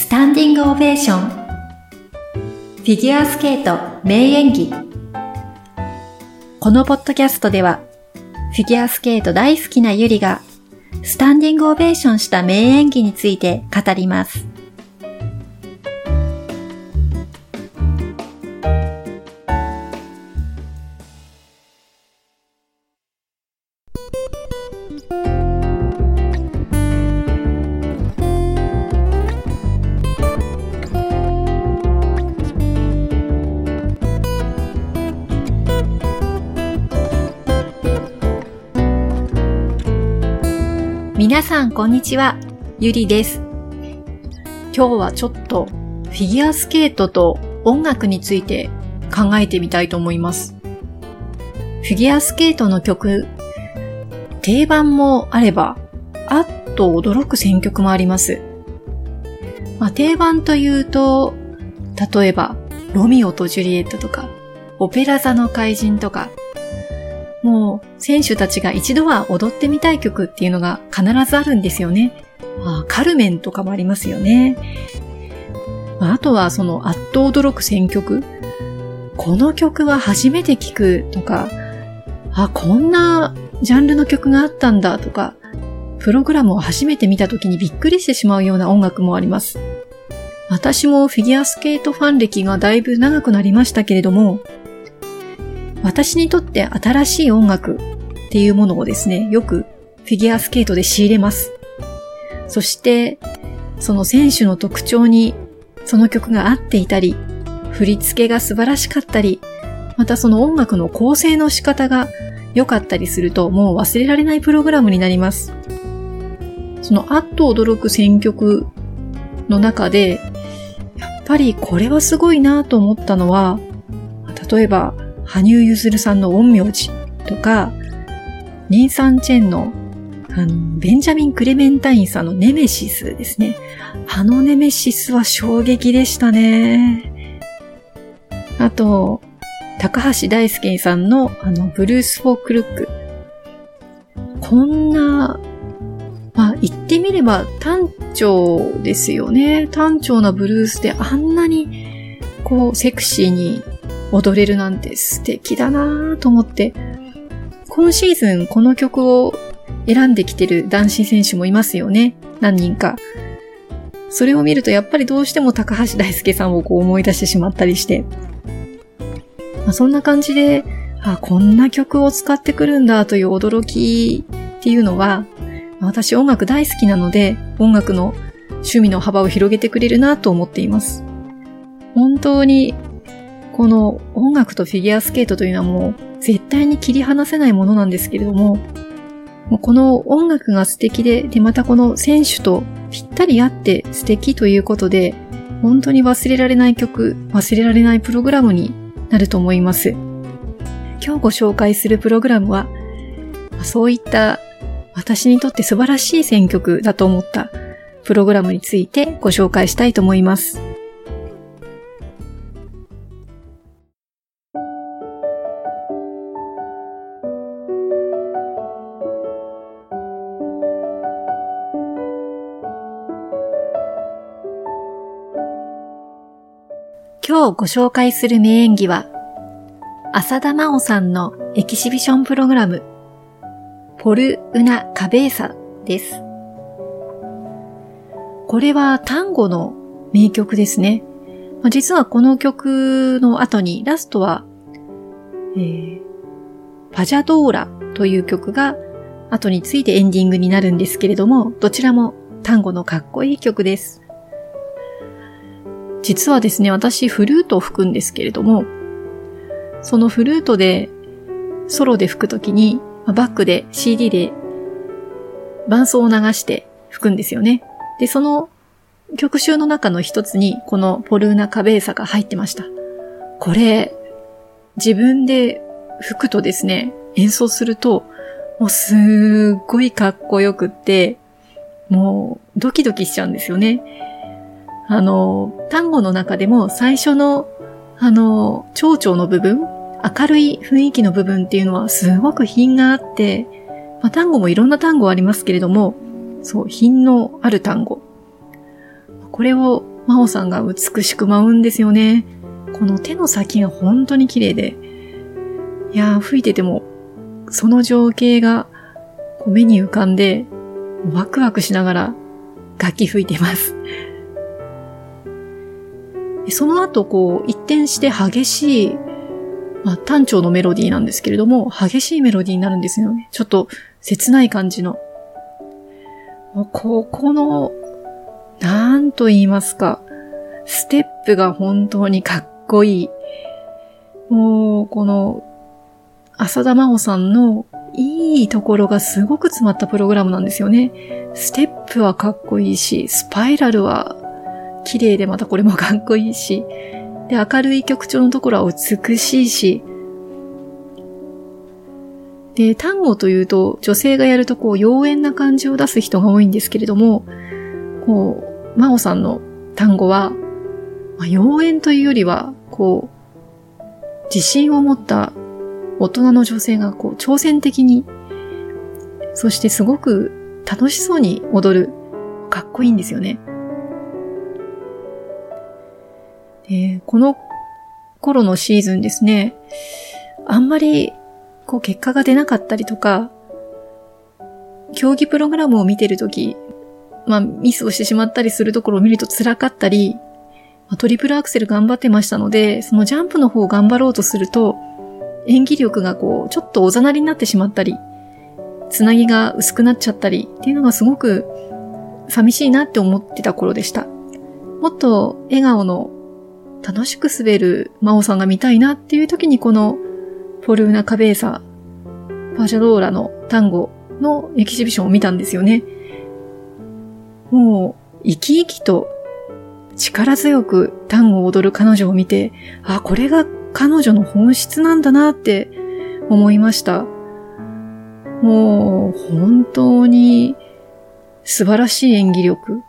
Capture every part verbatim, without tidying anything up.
スタンディングオベーション。フィギュアスケート名演技。このポッドキャストでは、フィギュアスケート大好きなゆりが、スタンディングオベーションした名演技について語ります。皆さんこんにちは、ゆりです。今日はちょっとフィギュアスケートと音楽について考えてみたいと思います。フィギュアスケートの曲、定番もあれば、あっと驚く選曲もあります。まあ、定番というと、例えばロミオとジュリエットとか、オペラ座の怪人とか、もう選手たちが一度は踊ってみたい曲っていうのが必ずあるんですよね。あ、カルメンとかもありますよね。あとはそのあっと驚く選曲。この曲は初めて聴くとか、あ、こんなジャンルの曲があったんだとか、プログラムを初めて見た時にびっくりしてしまうような音楽もあります。私もフィギュアスケートファン歴がだいぶ長くなりましたけれども、私にとって新しい音楽っていうものをですね、よくフィギュアスケートで仕入れます。そして、その選手の特徴にその曲が合っていたり、振り付けが素晴らしかったり、またその音楽の構成の仕方が良かったりすると、もう忘れられないプログラムになります。そのあっと驚く選曲の中で、やっぱりこれはすごいなと思ったのは、例えば、羽生結弦さんの陰陽師とか、ニンサンチェンの、あの、ベンジャミン・クレメンタインさんのネメシスですね。あのネメシスは衝撃でしたね。あと、高橋大輔さんのあの、ブルース・フォー・クルック。こんな、まあ、言ってみれば単調ですよね。単調なブルースであんなに、こう、セクシーに踊れるなんて素敵だなぁと思って、今シーズンこの曲を選んできてる男子選手もいますよね。何人か。それを見るとやっぱりどうしても高橋大輔さんをこう思い出してしまったりして。まあ、そんな感じで、あ、こんな曲を使ってくるんだという驚きっていうのは、私音楽大好きなので、音楽の趣味の幅を広げてくれるなと思っています。本当にこの音楽とフィギュアスケートというのはもう絶対に切り離せないものなんですけれども、もうこの音楽が素敵で、でまたこの選手とぴったり合って素敵ということで、本当に忘れられない曲、忘れられないプログラムになると思います。今日ご紹介するプログラムは、そういった私にとって素晴らしい選曲だと思ったプログラムについてご紹介したいと思います。今日ご紹介する名演技は、浅田真央さんのエキシビションプログラム、ポル・ウナ・カベーサです。これはタンゴの名曲ですね。実はこの曲の後にラストは、えー、パジャドーラという曲が後についてエンディングになるんですけれども、どちらもタンゴのかっこいい曲です。実はですね、私フルートを吹くんですけれども、そのフルートでソロで吹くときに、バックで シーディー で伴奏を流して吹くんですよね。で、その曲集の中の一つにこのポルーナ・カベーサが入ってました。これ、自分で吹くとですね、演奏すると、もうすっごいかっこよくって、もうドキドキしちゃうんですよね。あの、タンゴの中でも最初の、あの、長調の部分、明るい雰囲気の部分っていうのはすごく品があって、まあ、タンゴもいろんなタンゴありますけれども、そう、品のあるタンゴ。これを真央さんが美しく舞うんですよね。この手の先が本当に綺麗で、いやー、吹いてても、その情景がこう目に浮かんで、ワクワクしながら楽器吹いてます。その後、こう、一転して激しい、まあ、単調のメロディーなんですけれども、激しいメロディーになるんですよね。ちょっと切ない感じの。もうここの、なんと言いますか、ステップが本当にかっこいい。もう、この、浅田真央さんのいいところがすごく詰まったプログラムなんですよね。ステップはかっこいいし、スパイラルは綺麗でまたこれもかっこいいし、で、明るい曲調のところは美しいし、で、単語というと女性がやるとこう妖艶な感じを出す人が多いんですけれども、こう、真央さんの単語は、まあ、妖艶というよりは、こう、自信を持った大人の女性がこう挑戦的に、そしてすごく楽しそうに踊る、かっこいいんですよね。で、この頃のシーズンですね、あんまりこう結果が出なかったりとか、競技プログラムを見てるとき、まあミスをしてしまったりするところを見ると辛かったり、まあ、トリプルアクセル頑張ってましたので、そのジャンプの方を頑張ろうとすると、演技力がこう、ちょっとおざなりになってしまったり、つなぎが薄くなっちゃったりっていうのがすごく寂しいなって思ってた頃でした。もっと笑顔の楽しく滑る真央さんが見たいなっていう時にこのフォルーナ・カベーサ、パジャドーラの単語のエキシビションを見たんですよね。もう生き生きと力強く単語を踊る彼女を見て、あ、これが彼女の本質なんだなって思いました。もう本当に素晴らしい演技力。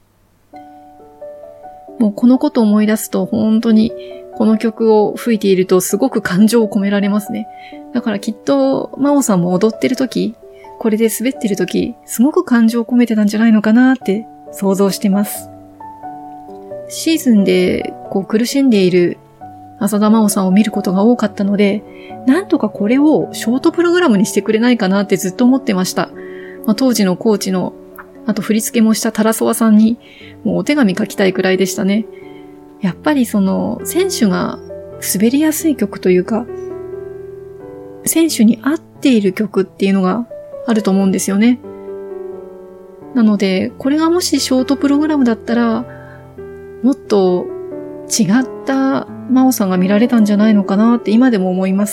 もうこのことを思い出すと本当にこの曲を吹いているとすごく感情を込められますね。だからきっと真央さんも踊ってる時、これで滑ってる時、すごく感情を込めてたんじゃないのかなって想像してます。シーズンでこう苦しんでいる浅田真央さんを見ることが多かったので、なんとかこれをショートプログラムにしてくれないかなってずっと思ってました。まあ、当時のコーチの、あと振り付けもしたタラソワさんにもうお手紙書きたいくらいでしたね。やっぱりその選手が滑りやすい曲というか、選手に合っている曲っていうのがあると思うんですよね。なので、これがもしショートプログラムだったら、もっと違った真央さんが見られたんじゃないのかなって今でも思います。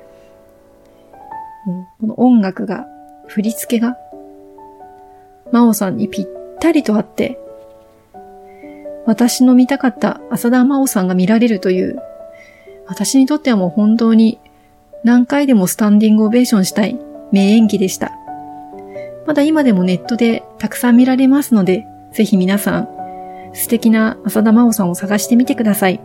この音楽が、振り付けが、真央さんにぴったりと合って、私の見たかった浅田真央さんが見られるという、私にとってはもう本当に何回でもスタンディングオベーションしたい名演技でした。まだ今でもネットでたくさん見られますので、ぜひ皆さん、素敵な浅田真央さんを探してみてください。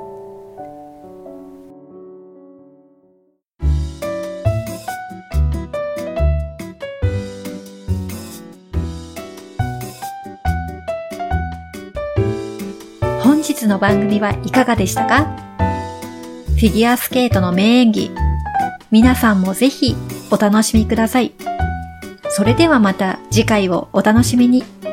本日の番組はいかがでしたか？フィギュアスケートの名演技、皆さんもぜひお楽しみください。それではまた次回をお楽しみに。